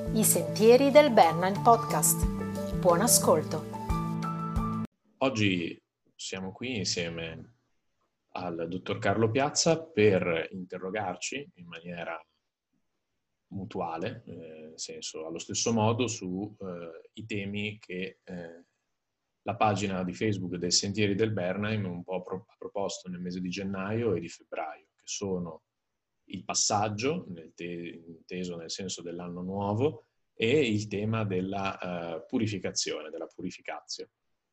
I sentieri del Berna, il podcast. Buon ascolto. Oggi siamo qui insieme al dottor Carlo Piazza per interrogarci in maniera mutuale, nel senso allo stesso modo, su i temi che la pagina di Facebook del Sentieri del Bernheim un po' ha proposto nel mese di gennaio e di febbraio, che sono il passaggio, inteso nel senso dell'anno nuovo, e il tema della purificazione, della purificazio.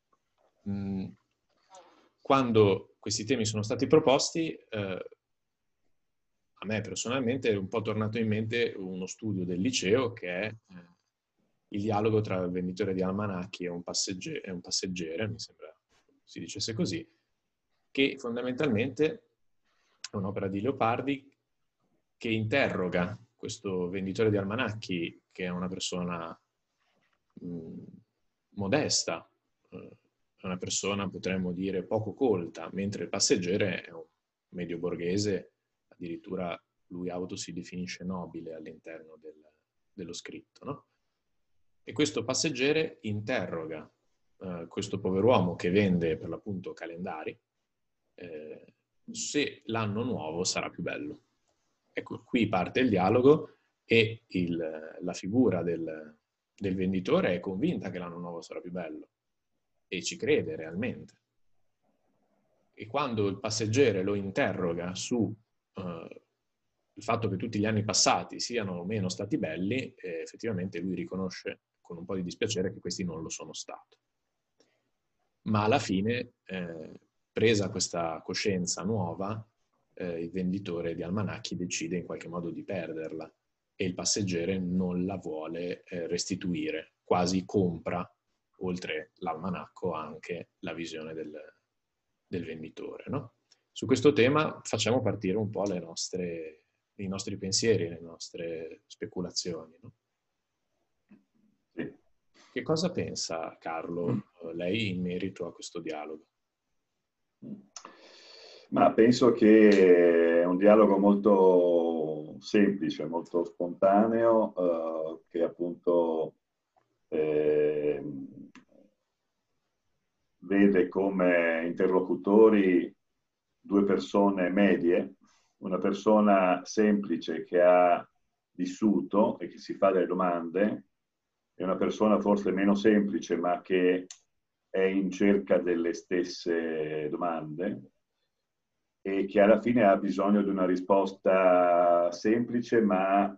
Quando questi temi sono stati proposti, a me personalmente è un po' tornato in mente uno studio del liceo che è il dialogo tra il venditore di almanacchi e un passeggere, mi sembra si dicesse così, che fondamentalmente è un'opera di Leopardi che interroga questo venditore di almanacchi, che è una persona modesta, è una persona, potremmo dire, poco colta, mentre il passeggere è un medio borghese, addirittura lui auto si definisce nobile all'interno dello scritto, no? E questo passeggere interroga questo pover'uomo che vende per l'appunto calendari se l'anno nuovo sarà più bello. Ecco, qui parte il dialogo e la figura del venditore è convinta che l'anno nuovo sarà più bello e ci crede realmente. E quando il passeggere lo interroga su il fatto che tutti gli anni passati siano o meno stati belli, effettivamente lui riconosce con un po' di dispiacere che questi non lo sono stati. Ma alla fine, presa questa coscienza nuova, il venditore di almanacchi decide in qualche modo di perderla e il passeggere non la vuole restituire, quasi compra, oltre l'almanacco, anche la visione del venditore, no? Su questo tema facciamo partire un po' i nostri pensieri, le nostre speculazioni, no? Sì. Che cosa pensa Carlo, lei, in merito a questo dialogo? Ma penso che è un dialogo molto semplice, molto spontaneo, che appunto vede come interlocutori due persone medie, una persona semplice che ha vissuto e che si fa delle domande, e una persona forse meno semplice ma che è in cerca delle stesse domande e che alla fine ha bisogno di una risposta semplice ma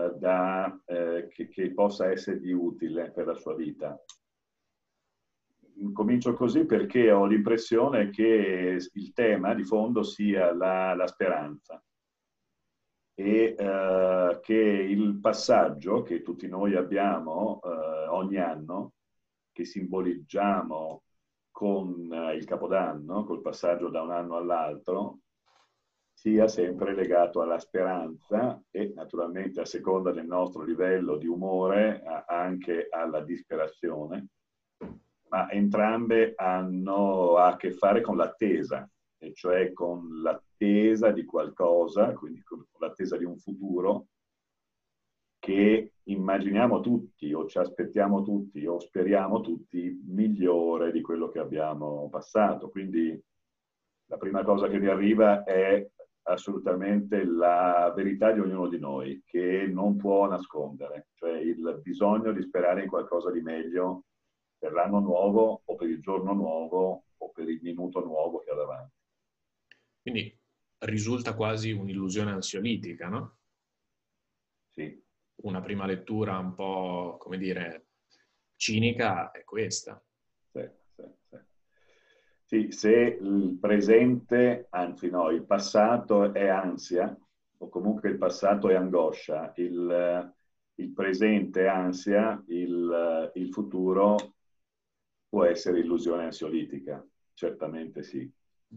che possa essere di utile per la sua vita. Comincio così perché ho l'impressione che il tema di fondo sia la speranza e che il passaggio che tutti noi abbiamo ogni anno, che simboleggiamo con il Capodanno, col passaggio da un anno all'altro, sia sempre legato alla speranza e naturalmente a seconda del nostro livello di umore anche alla disperazione, ma entrambe hanno a che fare con l'attesa, e cioè con l'attesa di qualcosa, quindi con l'attesa di un futuro che immaginiamo tutti o ci aspettiamo tutti o speriamo tutti migliore di quello che abbiamo passato. Quindi la prima cosa che mi arriva è assolutamente la verità di ognuno di noi, che non può nascondere, cioè il bisogno di sperare in qualcosa di meglio per l'anno nuovo o per il giorno nuovo o per il minuto nuovo che ha davanti. Quindi risulta quasi un'illusione ansiolitica, no? Sì. Una prima lettura un po', come dire, cinica è questa. Sì. Sì, se il presente, anzi no, il passato è ansia, o comunque il passato è angoscia, il presente è ansia, il futuro può essere illusione ansiolitica, certamente sì.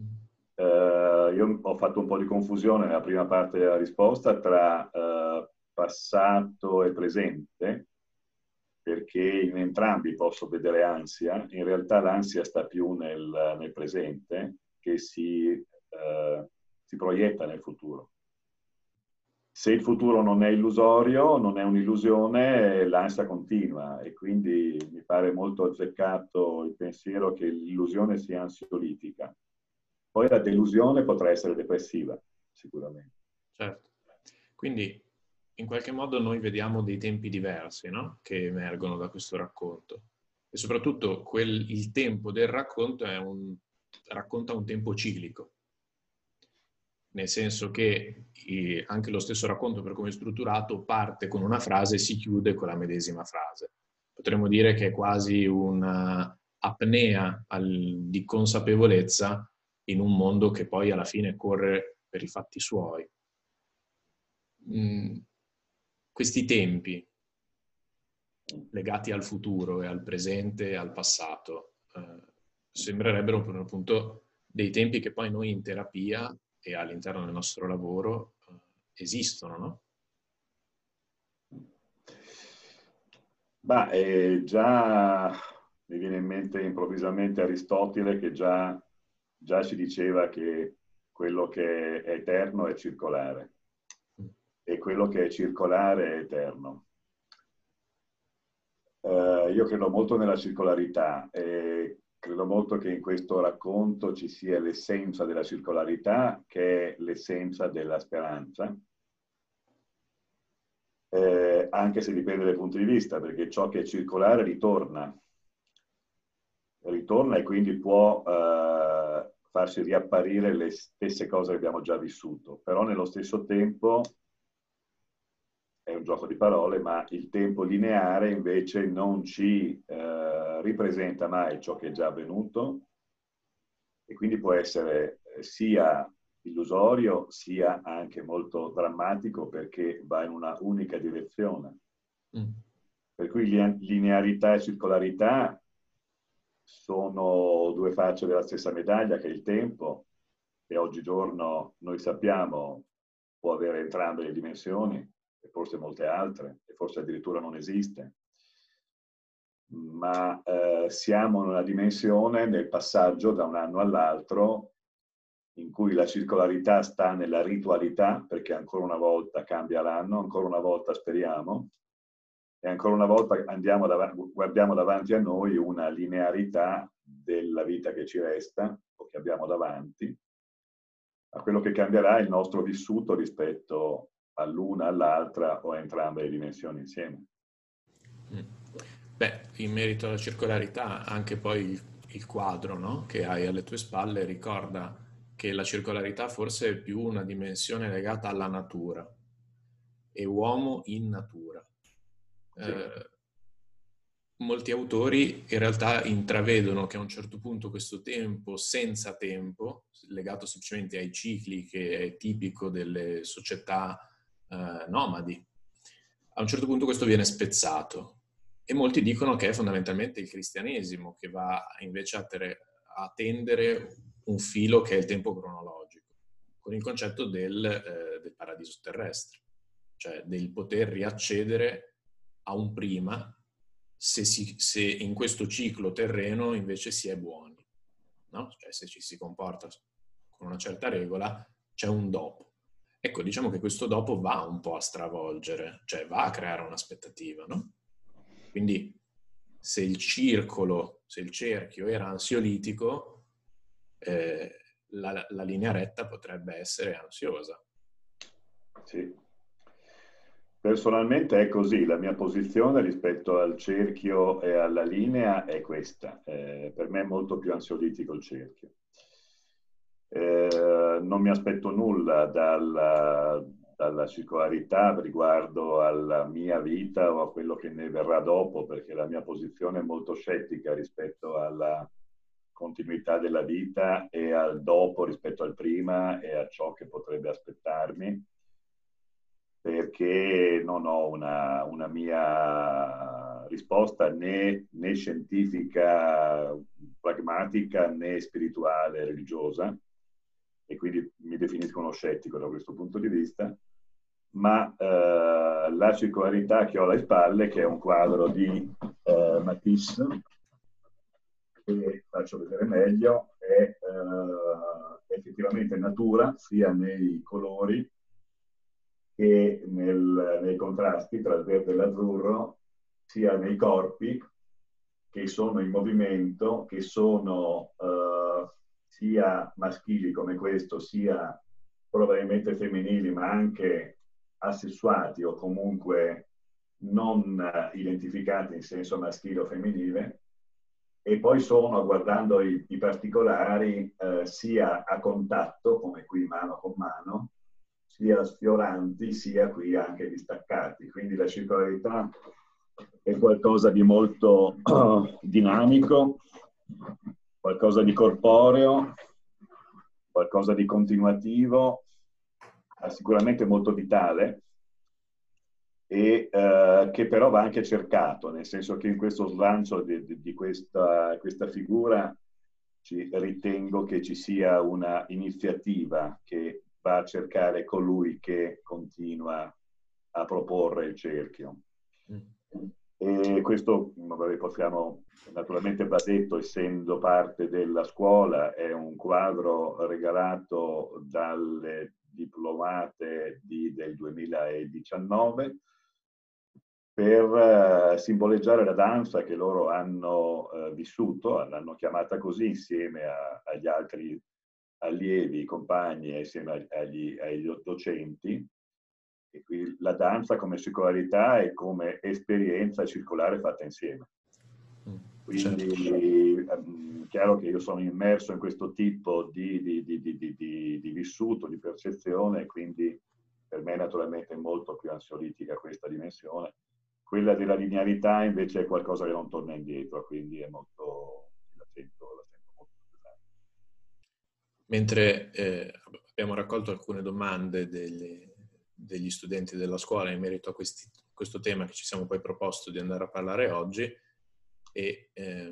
Io ho fatto un po' di confusione nella prima parte della risposta tra passato e presente, perché in entrambi posso vedere ansia. In realtà l'ansia sta più nel presente, che si proietta nel futuro. Se il futuro non è illusorio, non è un'illusione, l'ansia continua e quindi mi pare molto azzeccato il pensiero che l'illusione sia ansiolitica. Poi la delusione potrà essere depressiva, sicuramente. Certo. Quindi in qualche modo noi vediamo dei tempi diversi, no? Che emergono da questo racconto. E soprattutto il tempo del racconto racconta un tempo ciclico. Nel senso che anche lo stesso racconto, per come è strutturato, parte con una frase e si chiude con la medesima frase. Potremmo dire che è quasi un'apnea di consapevolezza in un mondo che poi alla fine corre per i fatti suoi. Questi tempi legati al futuro e al presente e al passato sembrerebbero per l'appunto dei tempi che poi noi in terapia e all'interno del nostro lavoro esistono, no? Già mi viene in mente improvvisamente Aristotele che già ci diceva che quello che è eterno è circolare e quello che è circolare è eterno. Io credo molto nella circolarità e credo molto che in questo racconto ci sia l'essenza della circolarità, che è l'essenza della speranza, anche se dipende dai punti di vista, perché ciò che è circolare ritorna e quindi può farsi riapparire le stesse cose che abbiamo già vissuto, però nello stesso tempo è un gioco di parole, ma il tempo lineare invece non ci ripresenta mai ciò che è già avvenuto e quindi può essere sia illusorio sia anche molto drammatico perché va in una unica direzione. Per cui linearità e circolarità sono due facce della stessa medaglia, che è il tempo, che oggigiorno noi sappiamo può avere entrambe le dimensioni, e forse molte altre, e forse addirittura non esiste. Ma siamo in una dimensione nel passaggio da un anno all'altro in cui la circolarità sta nella ritualità, perché ancora una volta cambia l'anno, ancora una volta speriamo, e ancora una volta guardiamo davanti a noi una linearità della vita che ci resta, o che abbiamo davanti, a quello che cambierà il nostro vissuto rispetto all'una, all'altra o a entrambe le dimensioni insieme. Beh, in merito alla circolarità, anche poi il quadro, no? Che hai alle tue spalle ricorda che la circolarità forse è più una dimensione legata alla natura e uomo in natura. Sì. Molti autori in realtà intravedono che a un certo punto questo tempo senza tempo, legato semplicemente ai cicli che è tipico delle società nomadi, a un certo punto questo viene spezzato. E molti dicono che è fondamentalmente il cristianesimo che va invece a tendere un filo che è il tempo cronologico, con il concetto del paradiso terrestre, cioè del poter riaccedere a un prima se in questo ciclo terreno invece si è buoni, no? Cioè se ci si comporta con una certa regola c'è un dopo. Ecco, diciamo che questo dopo va un po' a stravolgere, cioè va a creare un'aspettativa, no? Quindi se il cerchio era ansiolitico, la linea retta potrebbe essere ansiosa. Sì. Personalmente è così, la mia posizione rispetto al cerchio e alla linea è questa. Per me è molto più ansiolitico il cerchio. Non mi aspetto nulla dalla circolarità riguardo alla mia vita o a quello che ne verrà dopo, perché la mia posizione è molto scettica rispetto alla continuità della vita e al dopo rispetto al prima e a ciò che potrebbe aspettarmi, perché non ho una mia risposta né scientifica, pragmatica, né spirituale, religiosa, e quindi mi definisco uno scettico da questo punto di vista, ma la circolarità che ho alle spalle, che è un quadro di Matisse, che faccio vedere meglio, è effettivamente natura, sia nei colori che nei contrasti tra il verde e l'azzurro, sia nei corpi che sono in movimento, che sono sia maschili come questo, sia probabilmente femminili, ma anche asessuati o comunque non identificati in senso maschile o femminile, e poi sono, guardando i particolari, sia a contatto, come qui mano con mano, sia sfioranti, sia qui anche distaccati. Quindi la circolarità è qualcosa di molto dinamico, qualcosa di corporeo, qualcosa di continuativo, sicuramente molto vitale, e che però va anche cercato, nel senso che in questo slancio di questa figura ritengo che ci sia una iniziativa che va a cercare colui che continua a proporre il cerchio. E questo possiamo, naturalmente va detto, essendo parte della scuola, è un quadro regalato dalle diplomate del 2019 per simboleggiare la danza che loro hanno vissuto, l'hanno chiamata così insieme agli altri allievi, compagni e insieme agli docenti. E qui la danza come circolarità e come esperienza circolare fatta insieme. Quindi chiaro che io sono immerso in questo tipo di vissuto, di percezione, quindi per me naturalmente è molto più ansiolitica questa dimensione. Quella della linearità invece è qualcosa che non torna indietro, quindi è molto, la sento molto pesante. Mentre abbiamo raccolto alcune domande degli studenti della scuola in merito a questo tema che ci siamo poi proposto di andare a parlare oggi, e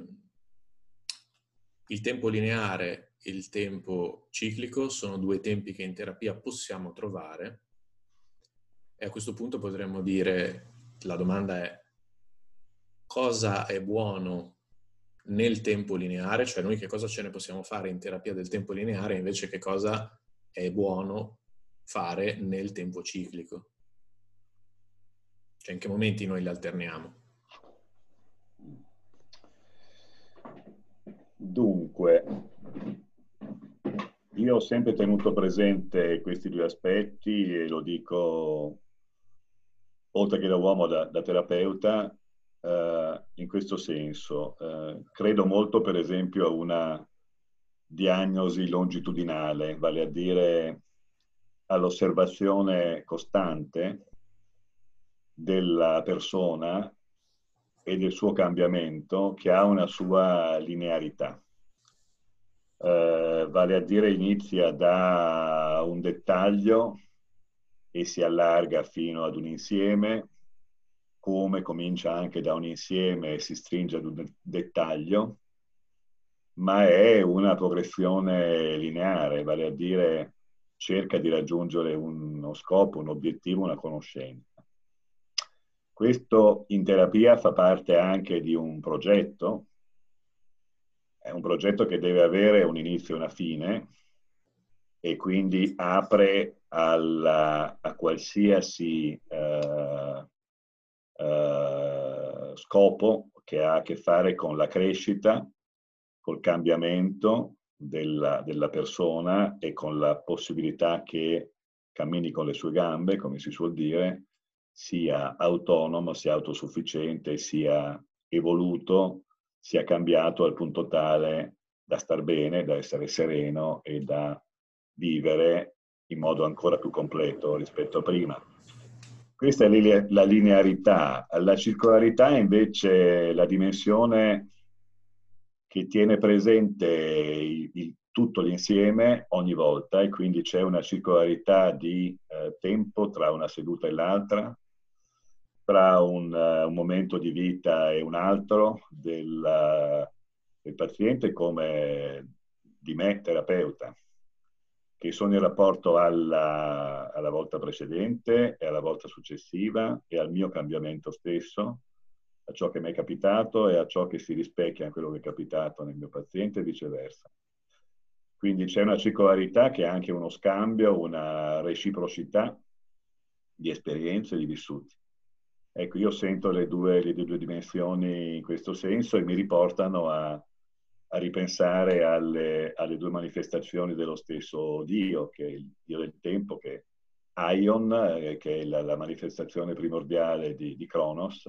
il tempo lineare e il tempo ciclico sono due tempi che in terapia possiamo trovare, e a questo punto potremmo dire, la domanda è: cosa è buono nel tempo lineare, cioè noi che cosa ce ne possiamo fare in terapia del tempo lineare, invece che cosa è buono fare nel tempo ciclico? Cioè in che momenti noi li alterniamo? Dunque, io ho sempre tenuto presente questi due aspetti e lo dico, oltre che da uomo, da terapeuta, in questo senso. Credo molto, per esempio, a una diagnosi longitudinale, vale a dire all'osservazione costante della persona e del suo cambiamento, che ha una sua linearità. Vale a dire inizia da un dettaglio e si allarga fino ad un insieme, come comincia anche da un insieme e si stringe ad un dettaglio, ma è una progressione lineare, vale a dire cerca di raggiungere uno scopo, un obiettivo, una conoscenza. Questo in terapia fa parte anche di un progetto, è un progetto che deve avere un inizio e una fine, e quindi apre a qualsiasi scopo che ha a che fare con la crescita, col cambiamento della persona e con la possibilità che cammini con le sue gambe, come si suol dire, sia autonomo, sia autosufficiente, sia evoluto, sia cambiato al punto tale da star bene, da essere sereno e da vivere in modo ancora più completo rispetto a prima. Questa è la linearità. La circolarità è invece la dimensione che tiene presente tutto l'insieme ogni volta, e quindi c'è una circolarità di tempo tra una seduta e l'altra, tra un momento di vita e un altro del paziente come di me, terapeuta, che sono in rapporto alla volta precedente e alla volta successiva e al mio cambiamento stesso, a ciò che mi è capitato e a ciò che si rispecchia in quello che è capitato nel mio paziente e viceversa. Quindi c'è una circolarità che è anche uno scambio, una reciprocità di esperienze, di vissuti. Ecco, io sento le due dimensioni in questo senso e mi riportano a ripensare alle due manifestazioni dello stesso Dio, che è il Dio del tempo, che è Aion, che è la manifestazione primordiale di Cronos,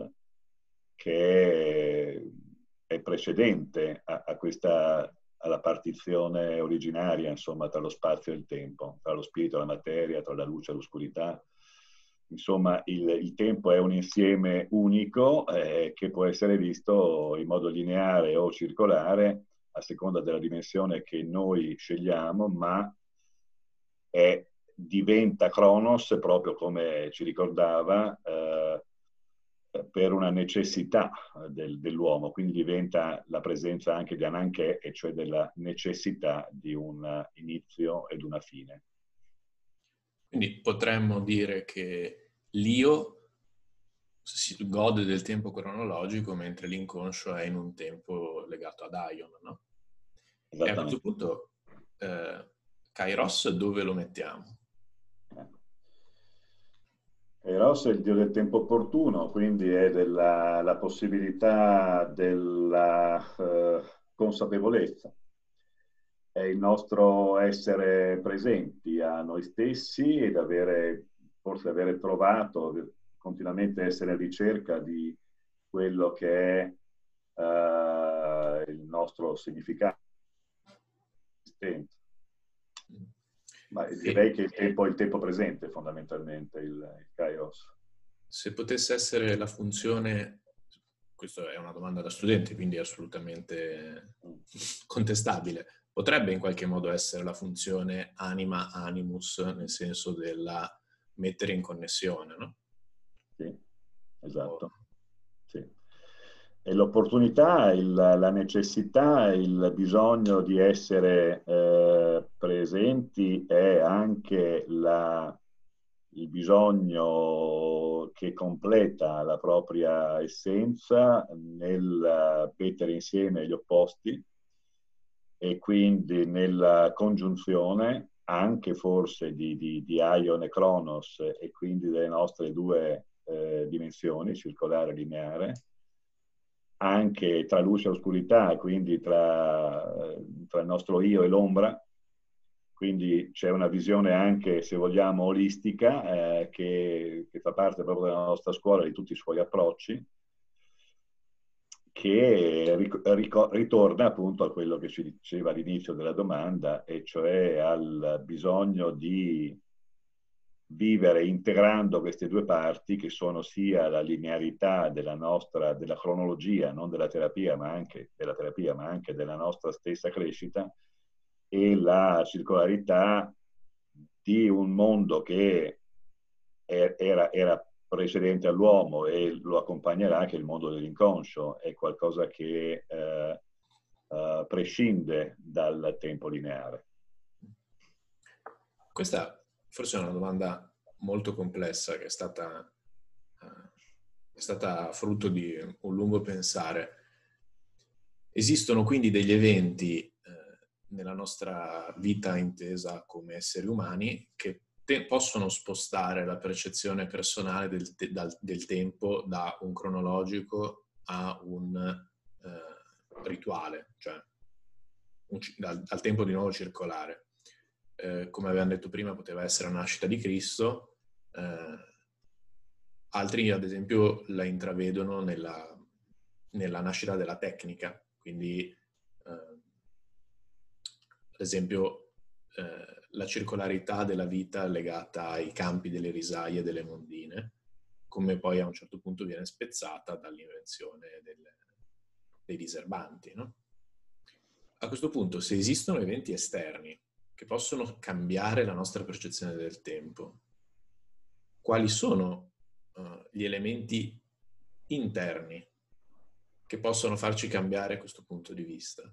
che è precedente alla partizione originaria, insomma, tra lo spazio e il tempo, tra lo spirito e la materia, tra la luce e l'oscurità. Insomma, il tempo è un insieme unico che può essere visto in modo lineare o circolare a seconda della dimensione che noi scegliamo, ma diventa Cronos, proprio come ci ricordava, per una necessità dell'uomo, quindi diventa la presenza anche di Ananché, e cioè della necessità di un inizio ed una fine. Quindi potremmo dire che l'io si gode del tempo cronologico mentre l'inconscio è in un tempo legato ad Aion, no? E a questo punto Kairos dove lo mettiamo? Kairos è il dio del tempo opportuno, quindi è la possibilità della consapevolezza. È il nostro essere presenti a noi stessi ed forse avere trovato, continuamente essere a ricerca di quello che è il nostro significato. Ma direi che è il tempo presente, fondamentalmente, il Kairos. Se potesse essere la funzione, questa è una domanda da studente, quindi è assolutamente contestabile, potrebbe in qualche modo essere la funzione anima animus, nel senso della mettere in connessione, no? Sì, esatto. Sì. E l'opportunità, la necessità, il bisogno di essere presenti è anche il bisogno che completa la propria essenza nel mettere insieme gli opposti e quindi nella congiunzione anche forse di Aion e Cronos e quindi delle nostre due dimensioni, circolare e lineare, anche tra luce e oscurità, quindi tra il nostro io e l'ombra. Quindi c'è una visione anche, se vogliamo, olistica, che fa parte proprio della nostra scuola, di tutti i suoi approcci, che ritorna appunto a quello che ci diceva all'inizio della domanda, e cioè al bisogno di vivere integrando queste due parti, che sono sia la linearità della cronologia, non della terapia, ma anche della nostra stessa crescita, e la circolarità di un mondo che era precedente all'uomo e lo accompagnerà, che è il mondo dell'inconscio, è qualcosa che prescinde dal tempo lineare. Questa forse è una domanda molto complessa che è stata frutto di un lungo pensare. Esistono quindi degli eventi nella nostra vita intesa come esseri umani che possono spostare la percezione personale del tempo da un cronologico a un rituale, cioè dal tempo di nuovo circolare. Come avevamo detto prima, poteva essere la nascita di Cristo, altri ad esempio la intravedono nella nascita della tecnica, quindi ad esempio la circolarità della vita legata ai campi delle risaie e delle mondine, come poi a un certo punto viene spezzata dall'invenzione dei diserbanti, no? A questo punto, se esistono eventi esterni che possono cambiare la nostra percezione del tempo, quali sono gli elementi interni che possono farci cambiare questo punto di vista?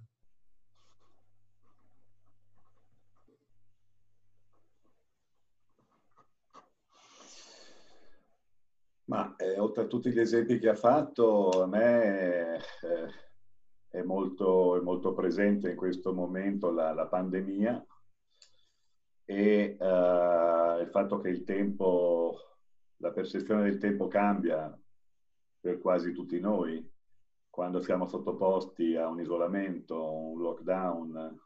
Ma oltre a tutti gli esempi che ha fatto, a me è molto presente in questo momento la pandemia e il fatto che il tempo la percezione del tempo cambia per quasi tutti noi, quando siamo sottoposti a un isolamento, un lockdown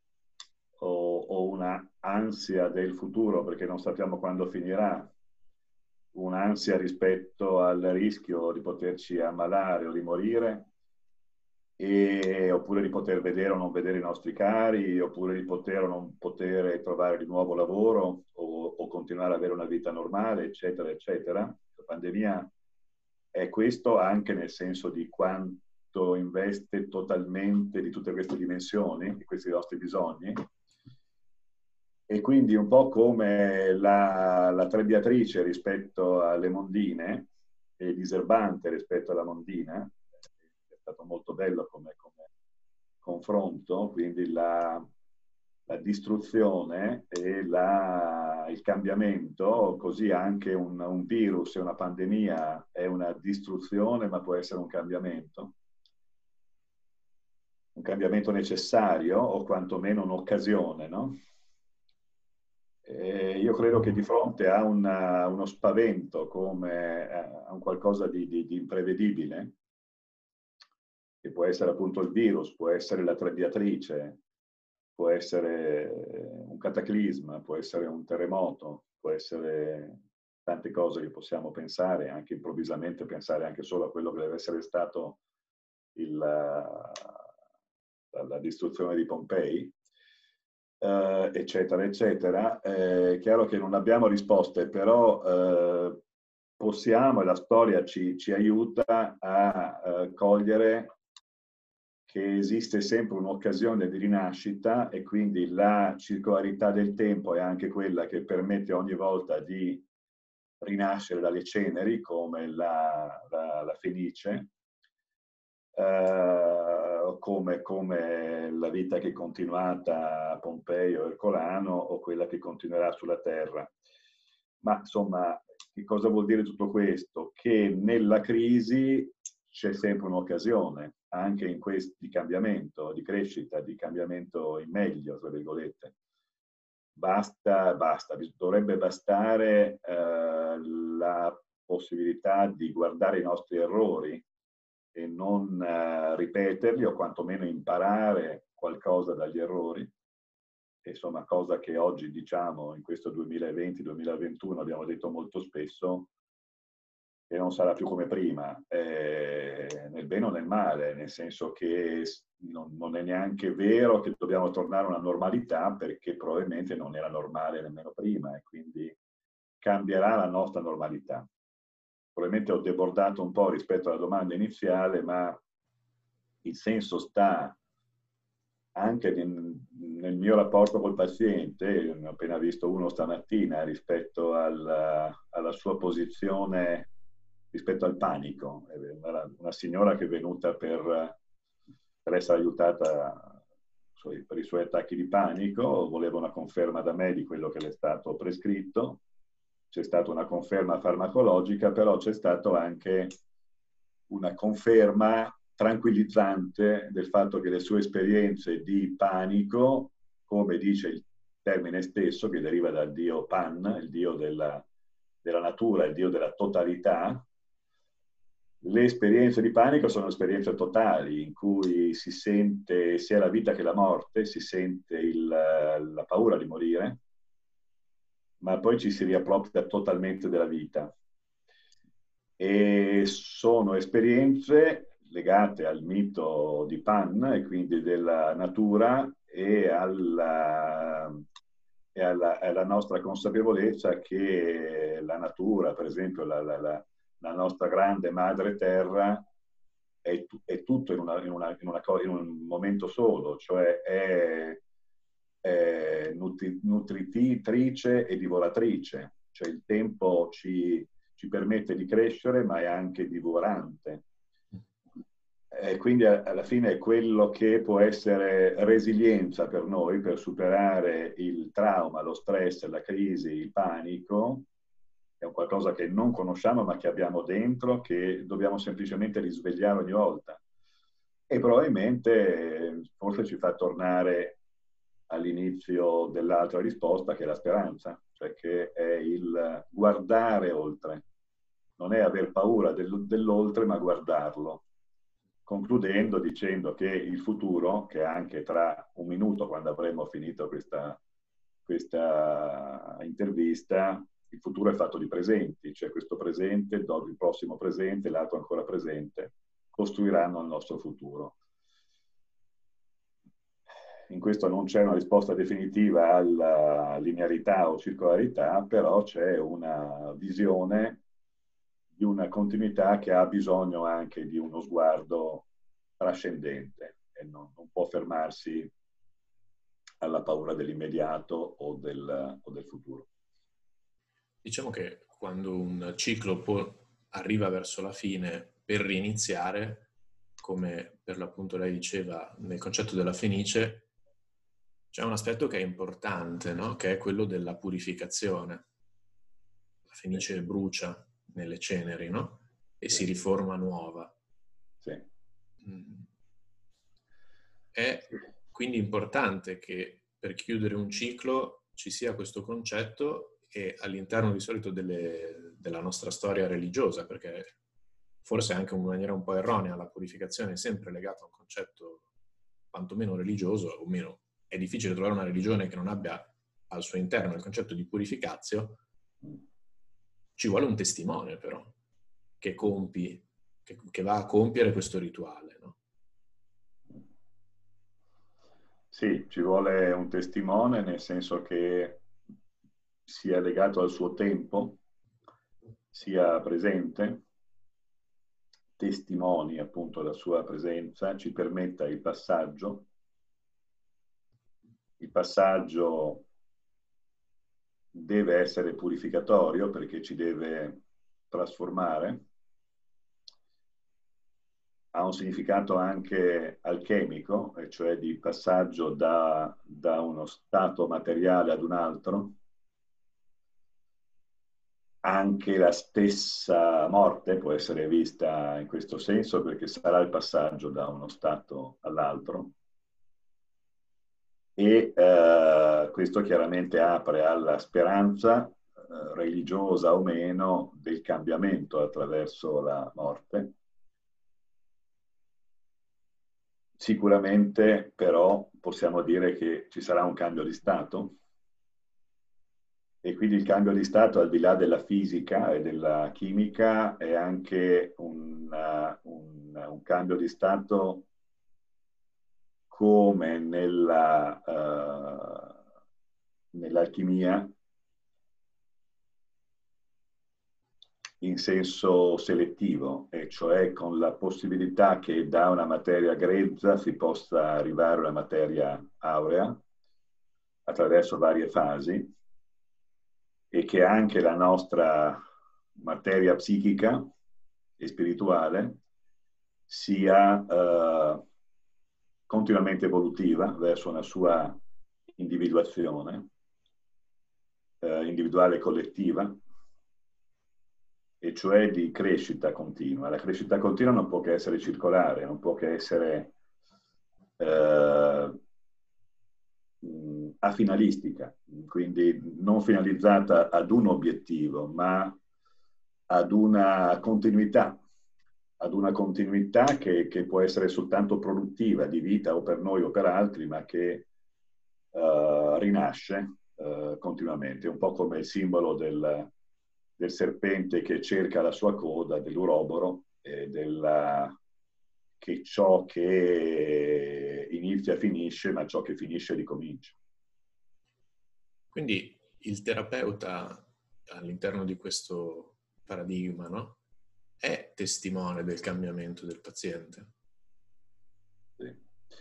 o una ansia del futuro perché non sappiamo quando finirà, un'ansia rispetto al rischio di poterci ammalare o di morire, oppure di poter vedere o non vedere i nostri cari, oppure di poter o non poter trovare di nuovo lavoro o continuare ad avere una vita normale, eccetera, eccetera. La pandemia è questo anche nel senso di quanto investe totalmente di tutte queste dimensioni, di questi nostri bisogni. E quindi un po' come la Trebbiatrice rispetto alle Mondine e Diserbante rispetto alla Mondina, è stato molto bello come confronto, quindi la distruzione e il cambiamento, così anche un virus e una pandemia è una distruzione, ma può essere un cambiamento necessario o quantomeno un'occasione, no? Io credo che di fronte a uno spavento come a un qualcosa di imprevedibile, che può essere appunto il virus, può essere la Trebbiatrice, può essere un cataclisma, può essere un terremoto, può essere tante cose che possiamo pensare, anche improvvisamente pensare anche solo a quello che deve essere stato la distruzione di Pompei, eccetera, eccetera. È chiaro che non abbiamo risposte, però possiamo, e la storia ci aiuta a cogliere che esiste sempre un'occasione di rinascita e quindi la circolarità del tempo è anche quella che permette ogni volta di rinascere dalle ceneri, come la Fenice, come la vita che è continuata a Pompei o Ercolano o quella che continuerà sulla Terra. Ma insomma, che cosa vuol dire tutto questo? Che nella crisi c'è sempre un'occasione, anche in questo di cambiamento, di crescita, di cambiamento in meglio, tra virgolette. Dovrebbe bastare la possibilità di guardare i nostri errori e non ripeterli o quantomeno imparare qualcosa dagli errori. E insomma, cosa che oggi diciamo in questo 2020-2021 abbiamo detto molto spesso, che non sarà più come prima, nel bene o nel male, nel senso che non è neanche vero che dobbiamo tornare a una normalità, perché probabilmente non era normale nemmeno prima e quindi cambierà la nostra normalità. Probabilmente ho debordato un po' rispetto alla domanda iniziale, ma il senso sta anche nel mio rapporto col paziente. Ne ho appena visto uno stamattina rispetto alla sua posizione rispetto al panico. Una signora che è venuta per essere aiutata per i suoi attacchi di panico, voleva una conferma da me di quello che le è stato prescritto. C'è stata una conferma farmacologica, però c'è stata anche una conferma tranquillizzante del fatto che le sue esperienze di panico, come dice il termine stesso, che deriva dal dio Pan, il dio della natura, il dio della totalità, le esperienze di panico sono esperienze totali in cui si sente sia la vita che la morte, si sente la paura di morire, ma poi ci si riappropria totalmente della vita. E sono esperienze legate al mito di Pan e quindi della natura e alla nostra consapevolezza che la natura, per esempio la nostra grande madre terra, è tutto in un momento solo, cioè è nutritrice e divoratrice, cioè il tempo ci permette di crescere, ma è anche divorante. Quindi alla fine è quello che può essere resilienza per noi, per superare il trauma, lo stress, la crisi, il panico. È un qualcosa che non conosciamo, ma che abbiamo dentro, che dobbiamo semplicemente risvegliare ogni volta. E probabilmente forse ci fa tornare all'inizio dell'altra risposta, che è la speranza, cioè che è il guardare oltre. Non è aver paura dell'oltre, ma guardarlo. Concludendo dicendo che il futuro, che anche tra un minuto, quando avremo finito questa intervista, il futuro è fatto di presenti, cioè questo presente, dopo il prossimo presente, l'altro ancora presente, costruiranno il nostro futuro. In questo non c'è una risposta definitiva alla linearità o circolarità, però c'è una visione di una continuità che ha bisogno anche di uno sguardo trascendente e non può fermarsi alla paura dell'immediato o del futuro. Diciamo che quando un ciclo arriva verso la fine per riniziare, come per l'appunto lei diceva nel concetto della Fenice, c'è un aspetto che è importante, no? Che è quello della purificazione. La Fenice brucia nelle ceneri, no? E si riforma nuova. Sì. È quindi importante che per chiudere un ciclo ci sia questo concetto e all'interno di solito della nostra storia religiosa, perché forse anche in maniera un po' erronea la purificazione è sempre legata a un concetto quantomeno religioso, o meno è difficile trovare una religione che non abbia al suo interno il concetto di purificazio. Ci vuole un testimone però che va a compiere questo rituale, no? Sì, ci vuole un testimone, nel senso che sia legato al suo tempo, sia presente, testimoni appunto la sua presenza, ci permetta il passaggio. Il passaggio deve essere purificatorio perché ci deve trasformare. Ha un significato anche alchemico, e cioè di passaggio da uno stato materiale ad un altro. Anche la stessa morte può essere vista in questo senso, perché sarà il passaggio da uno stato all'altro. E questo chiaramente apre alla speranza, religiosa o meno, del cambiamento attraverso la morte. Sicuramente però possiamo dire che ci sarà un cambio di stato, e quindi il cambio di stato, al di là della fisica e della chimica, è anche un cambio di stato come nell'alchimia, in senso selettivo, e cioè con la possibilità che da una materia grezza si possa arrivare a una materia aurea attraverso varie fasi, e che anche la nostra materia psichica e spirituale sia continuamente evolutiva verso una sua individuazione individuale e collettiva, e cioè di crescita continua. La crescita continua non può che essere circolare, non può che essere afinalistica, quindi non finalizzata ad un obiettivo, ma ad una continuità che può essere soltanto produttiva di vita o per noi o per altri, ma che rinasce continuamente, un po' come il simbolo del serpente che cerca la sua coda, dell'uroboro, che ciò che inizia finisce, ma ciò che finisce ricomincia. Quindi il terapeuta all'interno di questo paradigma, no? È testimone del cambiamento del paziente. Sì.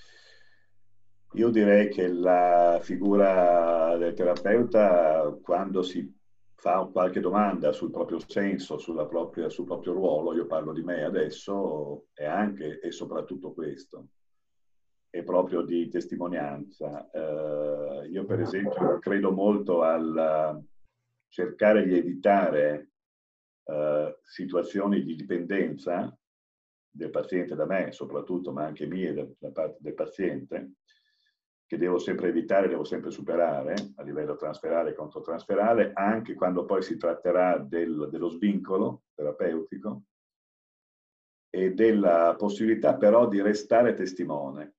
Io direi che la figura del terapeuta, quando si fa qualche domanda sul proprio senso, sul proprio ruolo, io parlo di me adesso, è anche e soprattutto questo, è proprio di testimonianza. Io per esempio credo molto al cercare di evitare situazioni di dipendenza del paziente da me soprattutto, ma anche mie da parte del paziente, che devo sempre evitare, devo sempre superare a livello transferale e controtransferale, anche quando poi si tratterà dello svincolo terapeutico e della possibilità però di restare testimone.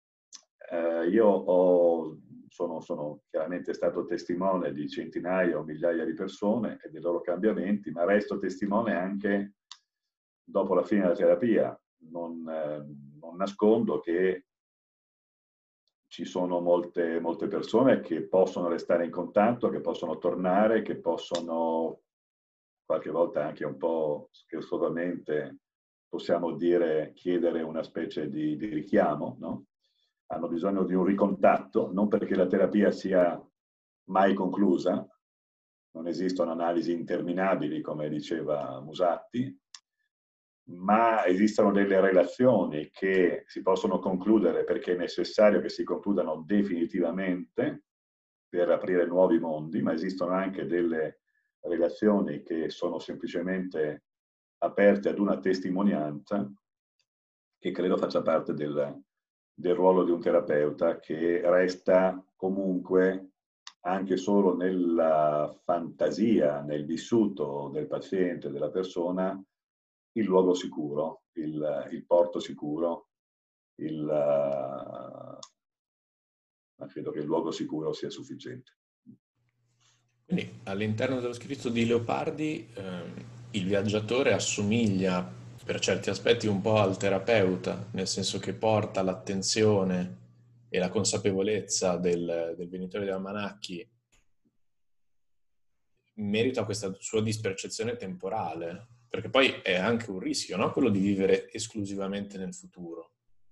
Io sono chiaramente stato testimone di centinaia o migliaia di persone e dei loro cambiamenti, ma resto testimone anche dopo la fine della terapia. Non nascondo che ci sono molte persone che possono restare in contatto, che possono tornare, che possono qualche volta anche un po' scherzosamente, possiamo dire, chiedere una specie di richiamo, no? Hanno bisogno di un ricontatto, non perché la terapia sia mai conclusa, non esistono analisi interminabili, come diceva Musatti, ma esistono delle relazioni che si possono concludere perché è necessario che si concludano definitivamente per aprire nuovi mondi, ma esistono anche delle relazioni che sono semplicemente aperte ad una testimonianza che credo faccia parte del ruolo di un terapeuta, che resta comunque anche solo nella fantasia, nel vissuto del paziente, della persona, il luogo sicuro, il porto sicuro, ma credo che il luogo sicuro sia sufficiente. Quindi all'interno dello scritto di Leopardi il viaggiatore assomiglia per certi aspetti un po' al terapeuta, nel senso che porta l'attenzione e la consapevolezza del venditore di almanacchi in merito a questa sua dispercezione temporale, perché poi è anche un rischio, no? Quello di vivere esclusivamente nel futuro.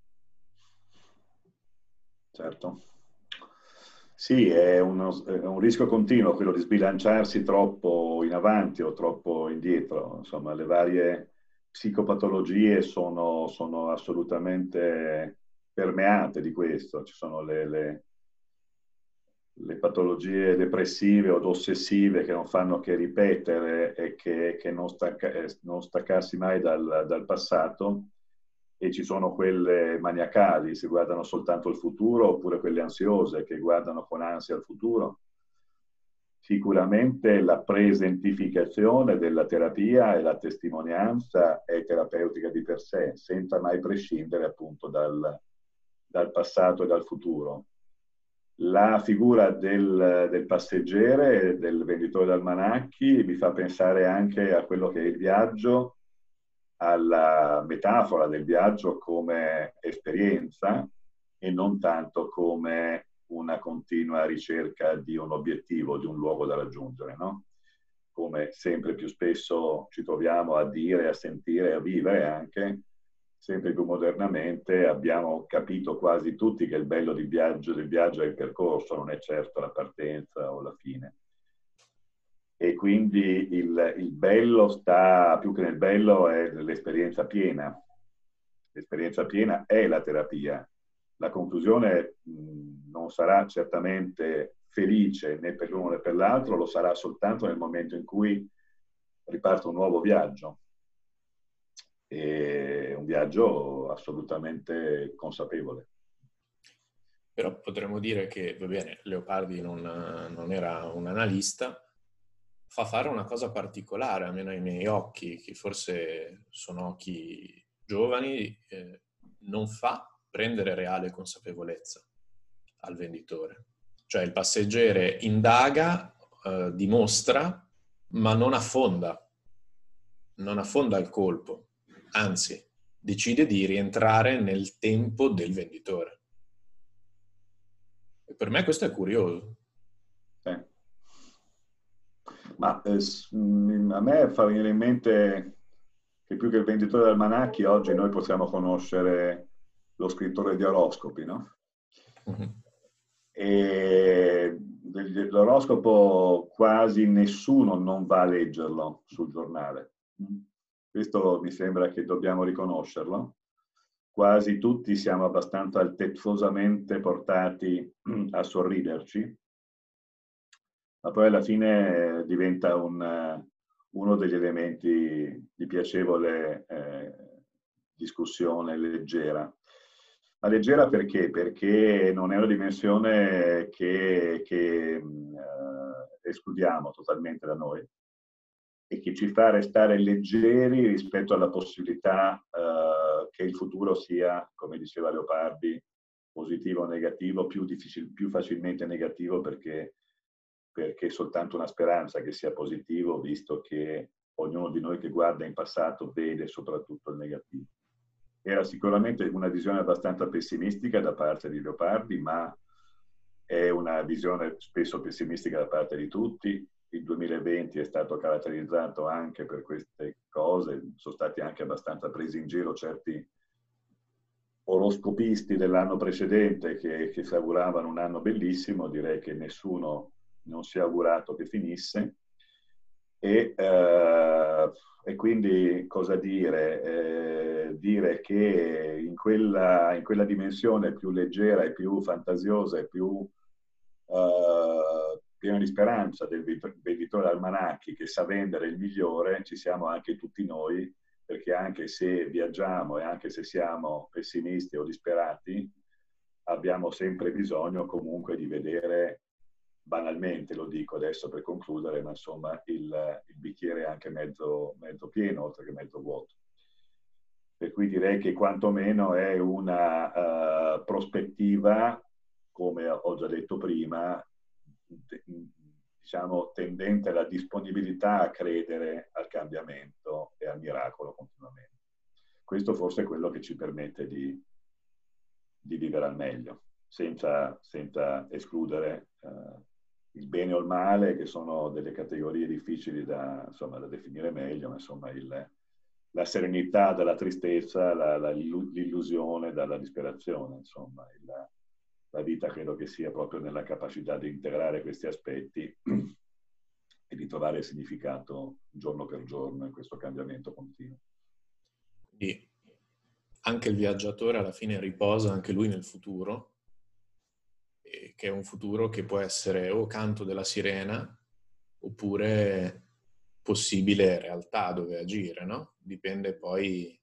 Certo. Sì, è un rischio continuo quello di sbilanciarsi troppo in avanti o troppo indietro. Insomma, le varie psicopatologie sono assolutamente permeate di questo. Ci sono le patologie depressive o ossessive che non fanno che ripetere e che non staccarsi mai dal passato, e ci sono quelle maniacali, si guardano soltanto il futuro, oppure quelle ansiose che guardano con ansia al futuro. Sicuramente la presentificazione della terapia e la testimonianza è terapeutica di per sé, senza mai prescindere appunto dal passato e dal futuro. La figura del passeggero e del venditore d'almanacchi mi fa pensare anche a quello che è il viaggio, alla metafora del viaggio come esperienza e non tanto come una continua ricerca di un obiettivo, di un luogo da raggiungere, no? Come sempre più spesso ci troviamo a dire, a sentire, a vivere anche. Sempre più modernamente abbiamo capito quasi tutti che il bello del viaggio è il percorso, non è certo la partenza o la fine. E quindi il bello sta, più che nel bello, è l'esperienza piena. L'esperienza piena è la terapia. La conclusione non sarà certamente felice né per l'uno né per l'altro, lo sarà soltanto nel momento in cui riparte un nuovo viaggio. E un viaggio assolutamente consapevole. Però potremmo dire che, va bene, Leopardi non era un analista, fa fare una cosa particolare, almeno ai miei occhi, che forse sono occhi giovani, non fa prendere reale consapevolezza al venditore. Cioè il passeggero indaga, dimostra, ma non affonda il colpo, anzi decide di rientrare nel tempo del venditore. E per me questo è curioso. Ma a me fa venire in mente che più che il venditore d'almanacchi oggi noi possiamo conoscere lo scrittore di oroscopi, no? Mm-hmm. E l'oroscopo quasi nessuno non va a leggerlo sul giornale. Questo mi sembra che dobbiamo riconoscerlo. Quasi tutti siamo abbastanza altezzosamente portati a sorriderci, ma poi alla fine diventa uno degli elementi di piacevole discussione leggera. Ma leggera perché? Perché non è una dimensione che escludiamo totalmente da noi e che ci fa restare leggeri rispetto alla possibilità che il futuro sia, come diceva Leopardi, positivo o negativo, più facilmente negativo perché è soltanto una speranza che sia positivo, visto che ognuno di noi che guarda in passato vede soprattutto il negativo. Era sicuramente una visione abbastanza pessimistica da parte di Leopardi, ma è una visione spesso pessimistica da parte di tutti. Il 2020 è stato caratterizzato anche per queste cose, sono stati anche abbastanza presi in giro certi oroscopisti dell'anno precedente che si auguravano un anno bellissimo. Direi che nessuno non si è augurato che finisse. E quindi cosa dire? Dire che in quella dimensione più leggera e più fantasiosa e più piena di speranza del venditore almanacchi che sa vendere il migliore, ci siamo anche tutti noi, perché anche se viaggiamo e anche se siamo pessimisti o disperati, abbiamo sempre bisogno comunque di vedere, banalmente lo dico adesso per concludere, ma insomma il bicchiere è anche mezzo pieno oltre che mezzo vuoto. Per cui direi che quantomeno è una prospettiva, come ho già detto prima, diciamo tendente alla disponibilità a credere al cambiamento e al miracolo continuamente. Questo forse è quello che ci permette di vivere al meglio, senza escludere il bene o il male, che sono delle categorie difficili da definire meglio, ma insomma la serenità dalla tristezza, l'illusione dalla disperazione, insomma. La vita credo che sia proprio nella capacità di integrare questi aspetti e di trovare significato giorno per giorno in questo cambiamento continuo. Quindi anche il viaggiatore alla fine riposa anche lui nel futuro, che è un futuro che può essere o canto della sirena oppure possibile realtà dove agire, no? Dipende poi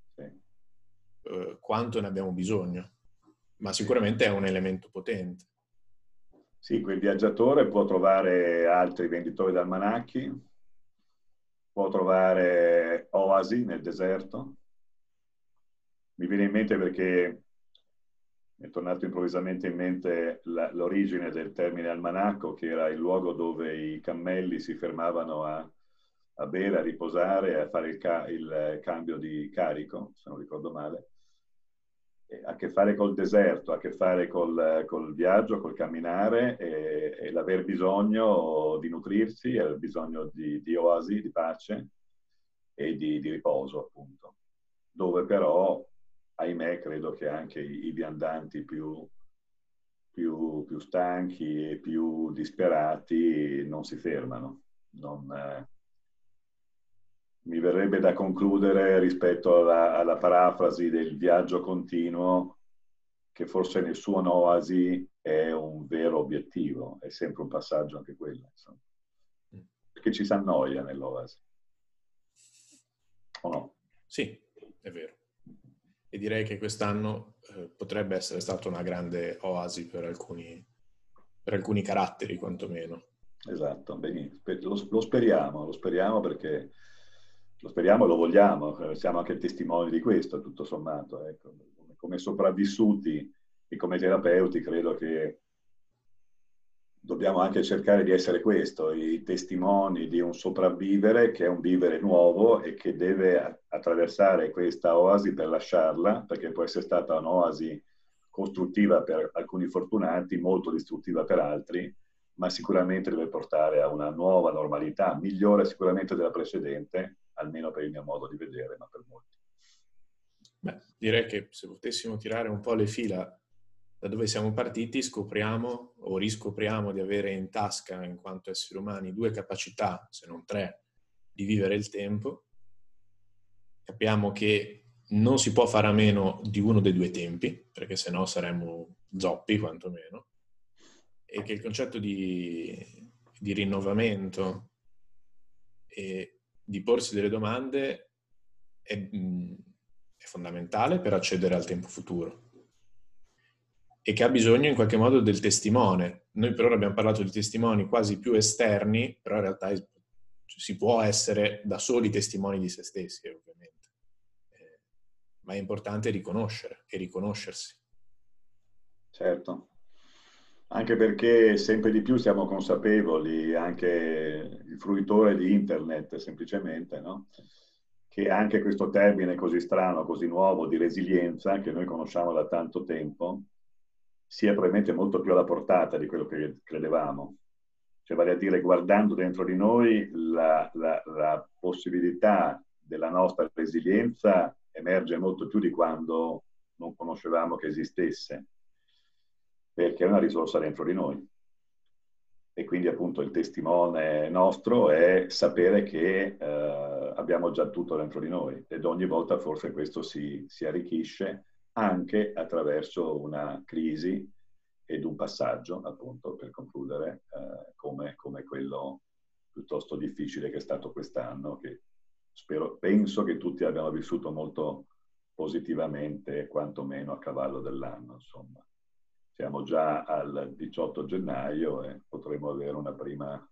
quanto ne abbiamo bisogno, ma sicuramente è un elemento potente. Sì, quel viaggiatore può trovare altri venditori d'almanacchi, può trovare oasi nel deserto. Mi viene in mente perché mi è tornato improvvisamente in mente l'origine del termine almanacco, che era il luogo dove i cammelli si fermavano a bere, a riposare, a fare il cambio di carico, se non ricordo male. Ha a che fare col deserto, ha a che fare col viaggio, col camminare e l'aver bisogno di nutrirsi, aver bisogno di oasi, di pace e di riposo, appunto. Dove però, ahimè, credo che anche i viandanti più stanchi e più disperati non si fermano. Mi verrebbe da concludere rispetto alla parafrasi del viaggio continuo che forse nessuno oasi è un vero obiettivo, è sempre un passaggio anche quello, insomma. Perché ci si annoia nell'oasi, o no? Sì, è vero. E direi che quest'anno potrebbe essere stata una grande oasi per alcuni caratteri, quantomeno. Esatto, benissimo. Lo speriamo perché lo speriamo e lo vogliamo, siamo anche testimoni di questo, tutto sommato. Ecco. Come sopravvissuti e come terapeuti credo che dobbiamo anche cercare di essere questo, i testimoni di un sopravvivere che è un vivere nuovo e che deve attraversare questa oasi per lasciarla, perché può essere stata un'oasi costruttiva per alcuni fortunati, molto distruttiva per altri, ma sicuramente deve portare a una nuova normalità, migliore sicuramente della precedente, almeno per il mio modo di vedere, ma per molti. Beh, direi che se potessimo tirare un po' le fila da dove siamo partiti, scopriamo o riscopriamo di avere in tasca, in quanto esseri umani, 2 capacità, se non 3, di vivere il tempo. Capiamo che non si può fare a meno di uno dei 2 tempi, perché sennò saremmo zoppi, quantomeno, e che il concetto di rinnovamento e di porsi delle domande è fondamentale per accedere al tempo futuro. e che ha bisogno in qualche modo del testimone. Noi per ora abbiamo parlato di testimoni quasi più esterni, però in realtà si può essere da soli testimoni di se stessi, ovviamente. Ma è importante riconoscere e riconoscersi. Certo, anche perché sempre di più siamo consapevoli, anche il fruitore di internet semplicemente, no? Che anche questo termine così strano, così nuovo di resilienza, che noi conosciamo da tanto tempo, sia probabilmente molto più alla portata di quello che credevamo. Cioè, vale a dire, guardando dentro di noi, la possibilità della nostra resilienza emerge molto più di quando non conoscevamo che esistesse, perché è una risorsa dentro di noi. E quindi appunto il testimone nostro è sapere che abbiamo già tutto dentro di noi, ed ogni volta forse questo si arricchisce anche attraverso una crisi ed un passaggio, appunto, per concludere, come quello piuttosto difficile che è stato quest'anno, che penso che tutti abbiamo vissuto molto positivamente, quantomeno a cavallo dell'anno, insomma. Siamo già al 18 gennaio e potremo avere una prima,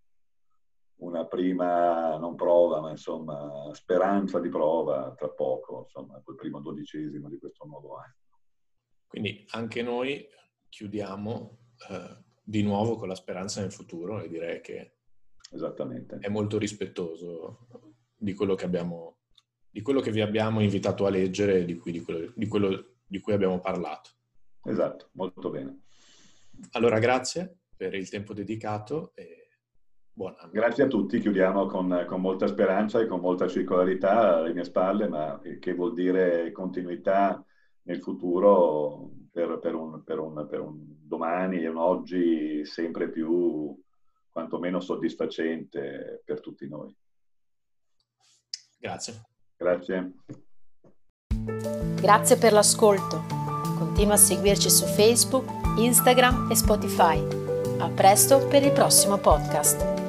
non prova, ma insomma speranza di prova tra poco, insomma, col primo 12° di questo nuovo anno. Quindi anche noi chiudiamo di nuovo con la speranza nel futuro, e direi che Esattamente. È molto rispettoso di quello che vi abbiamo invitato a leggere e di cui abbiamo parlato. Esatto, molto bene. Allora grazie per il tempo dedicato e buon anno. Grazie a tutti, chiudiamo con molta speranza e con molta circolarità alle mie spalle, ma che vuol dire continuità nel futuro per un domani e un oggi sempre più, quantomeno soddisfacente per tutti noi. Grazie. Grazie. Grazie per l'ascolto. Continua a seguirci su Facebook, Instagram e Spotify. A presto per il prossimo podcast.